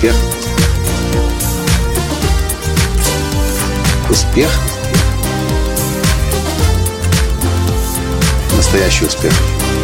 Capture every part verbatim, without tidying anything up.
Успех. Успех. Настоящий успех.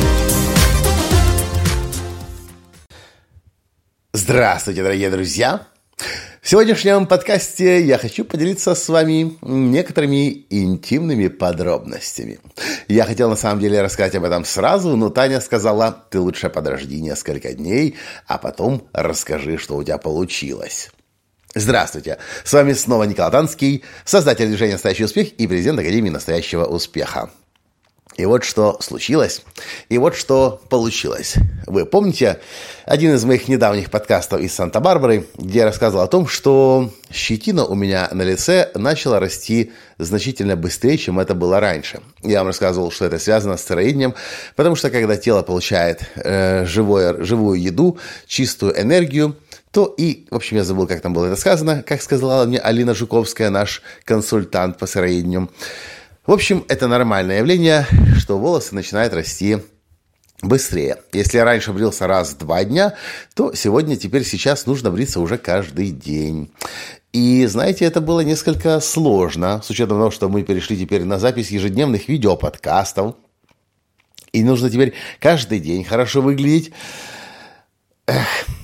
Здравствуйте, дорогие друзья! В сегодняшнем подкасте я хочу поделиться с вами некоторыми интимными подробностями. Я хотел на самом деле рассказать об этом сразу, но Таня сказала: ты лучше подожди несколько дней, а потом расскажи, что у тебя получилось. Здравствуйте! С вами снова Николай Танский, создатель движения «Настоящий успех» и президент Академии настоящего успеха. И вот что случилось, и вот что получилось. Вы помните один из моих недавних подкастов из Санта-Барбары, где я рассказывал о том, что щетина у меня на лице начала расти значительно быстрее, чем это было раньше. Я вам рассказывал, что это связано с сыроедением, потому что когда тело получает э, живое, живую еду, чистую энергию, то и, в общем, я забыл, как там было это сказано, как сказала мне Алина Жуковская, наш консультант по сыроедению. В общем, это нормальное явление, что волосы начинают расти быстрее. Если я раньше брился раз в два дня, то сегодня, теперь, сейчас нужно бриться уже каждый день. И, знаете, это было несколько сложно, с учетом того, что мы перешли теперь на запись ежедневных видеоподкастов. И нужно теперь каждый день хорошо выглядеть. Эх.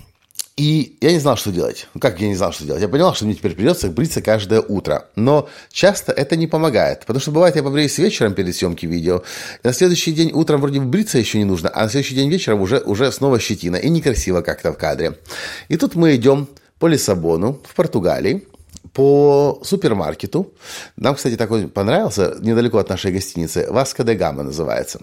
И я не знал, что делать. Ну, как я не знал, что делать? Я понял, что мне теперь придется бриться каждое утро. Но часто это не помогает. Потому что бывает, я побреюсь вечером перед съемкой видео. И на следующий день утром вроде бы бриться еще не нужно, а на следующий день вечером уже, уже снова щетина. И некрасиво как-то в кадре. И тут мы идем по Лиссабону в Португалии, по супермаркету. Нам, кстати, такой понравился, недалеко от нашей гостиницы. Васко де Гама называется.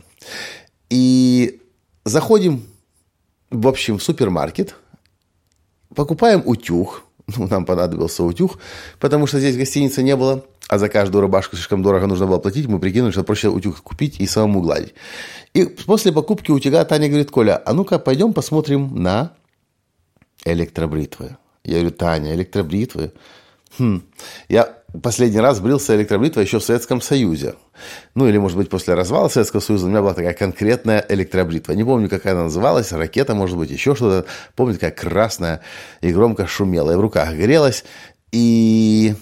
И заходим, в общем, в супермаркет. Покупаем утюг, ну, нам понадобился утюг, потому что здесь гостиницы не было, а за каждую рубашку слишком дорого нужно было платить, мы прикинули, что проще утюг купить и самому гладить. И после покупки утюга Таня говорит: Коля, а ну-ка пойдем посмотрим на электробритвы. Я говорю: Таня, электробритвы? Хм. Я последний раз брился электробритвой еще в Советском Союзе. Ну, или, может быть, после развала Советского Союза у меня была такая конкретная электробритва. Не помню, как она называлась, ракета, может быть, еще что-то. Помню, такая красная и громко шумела, и в руках грелась. И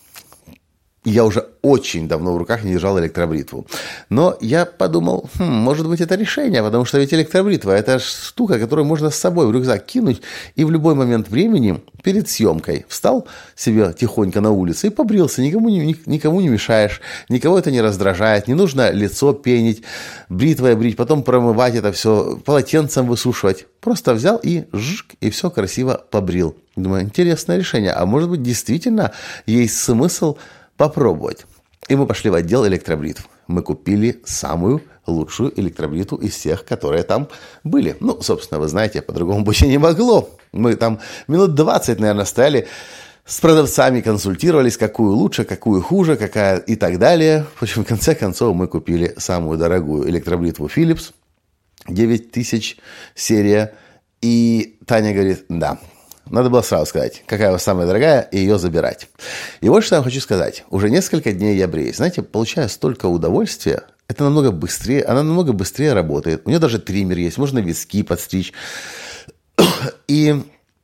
я уже очень давно в руках не держал электробритву. Но я подумал, хм, может быть, это решение, потому что ведь электробритва – это штука, которую можно с собой в рюкзак кинуть, и в любой момент времени перед съемкой встал себе тихонько на улице и побрился, никому не, никому не мешаешь, никого это не раздражает, не нужно лицо пенить, бритвой брить, потом промывать это все, полотенцем высушивать. Просто взял и жик, и все красиво побрил. Думаю, интересное решение, а может быть, действительно есть смысл попробовать. И мы пошли в отдел электробритв. Мы купили самую лучшую электробритву из всех, которые там были. Ну, собственно, вы знаете, по-другому быть и не могло. Мы там минут двадцать, наверное, стояли, с продавцами консультировались, какую лучше, какую хуже, какая и так далее. В общем, в конце концов, мы купили самую дорогую электробритву Philips, девять тысяч серия. И Таня говорит: да, надо было сразу сказать, какая у вас самая дорогая, и ее забирать. И вот что я хочу сказать. Уже несколько дней я бреюсь. Знаете, получаю столько удовольствия. Это намного быстрее, она намного быстрее работает. У нее даже триммер есть, можно виски подстричь. И,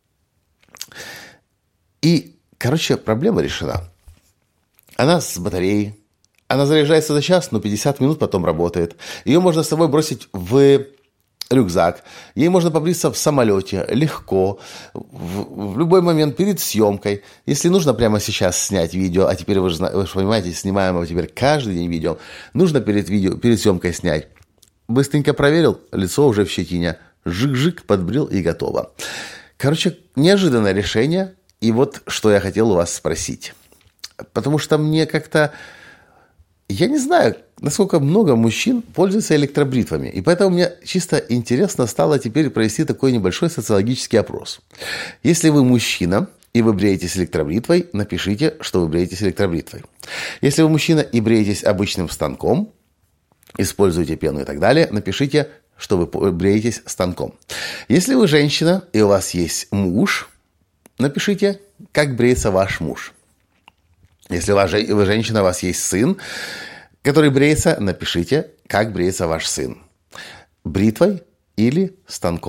и, короче, проблема решена. Она с батареей. Она заряжается за час, но пятьдесят минут потом работает. Ее можно с собой бросить в рюкзак. Ей можно побриться в самолете, легко, в, в любой момент перед съемкой. Если нужно прямо сейчас снять видео, а теперь вы же, вы же понимаете, снимаем его теперь каждый день видео, нужно перед, видео, перед съемкой снять. Быстренько проверил, лицо уже в щетине, жик-жик, подбрил и готово. Короче, неожиданное решение, и вот что я хотел у вас спросить. Потому что мне как-то, я не знаю, насколько много мужчин пользуются электробритвами. И поэтому мне чисто интересно стало теперь провести такой небольшой социологический опрос. Если вы мужчина и вы бреетесь электробритвой, напишите, что вы бреетесь электробритвой. Если вы мужчина и бреетесь обычным станком, используете пену и так далее, напишите, что вы бреетесь станком. Если вы женщина и у вас есть муж, напишите, как бреется ваш муж. Если вы женщина, у вас есть сын, который бреется, напишите, как бреется ваш сын. Бритвой или станком.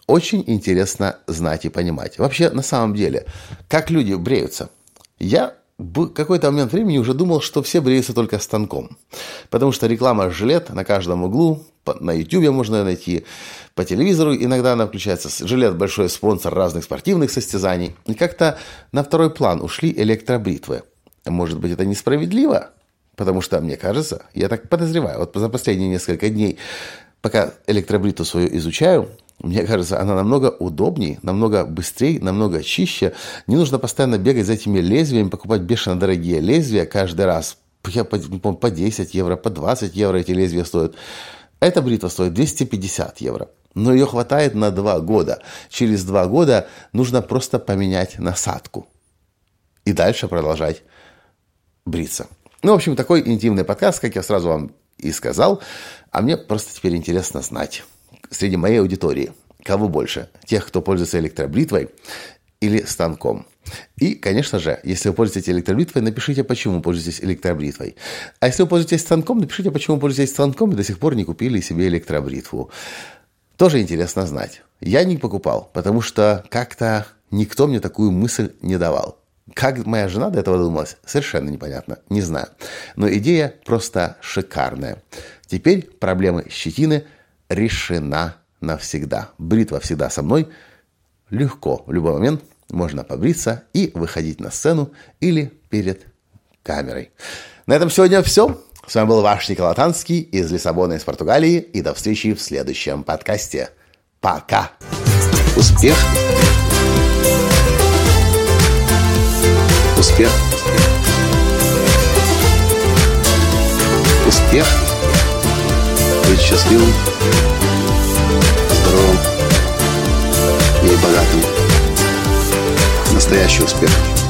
очень интересно знать и понимать. Вообще, на самом деле, как люди бреются? Я в какой-то момент времени уже думал, что все бреются только станком. Потому что реклама жилет на каждом углу, на ютубе можно ее найти, по телевизору иногда она включается. Жилет – большой спонсор разных спортивных состязаний. И как-то на второй план ушли электробритвы. Может быть, это несправедливо? Потому что, мне кажется, я так подозреваю, вот за последние несколько дней, пока электробритву свою изучаю, мне кажется, она намного удобнее, намного быстрее, намного чище. Не нужно постоянно бегать за этими лезвиями, покупать бешено дорогие лезвия каждый раз. Я помню, по десять евро, по двадцать евро эти лезвия стоят. Эта бритва стоит двести пятьдесят евро. Но ее хватает на два года. Через два года нужно просто поменять насадку. И дальше продолжать бриться. Ну, в общем, такой интимный подкаст, как я сразу вам и сказал. А мне просто теперь интересно знать, среди моей аудитории, кого больше? Тех, кто пользуется электробритвой или станком? И, конечно же, если вы пользуетесь электробритвой, напишите, почему пользуетесь электробритвой. А если вы пользуетесь станком, напишите, почему пользуетесь станком и до сих пор не купили себе электробритву. Тоже интересно знать. Я не покупал, потому что как-то никто мне такую мысль не давал. Как моя жена до этого додумалась, совершенно непонятно, не знаю. Но идея просто шикарная. Теперь проблема щетины решена навсегда. Бритва всегда со мной. Легко, в любой момент можно побриться и выходить на сцену или перед камерой. На этом сегодня все. С вами был ваш Николай Танский из Лиссабона, из Португалии. И до встречи в следующем подкасте. Пока! Успех! Успех! Успех! Быть счастливым, здоровым и богатым. Настоящий успех.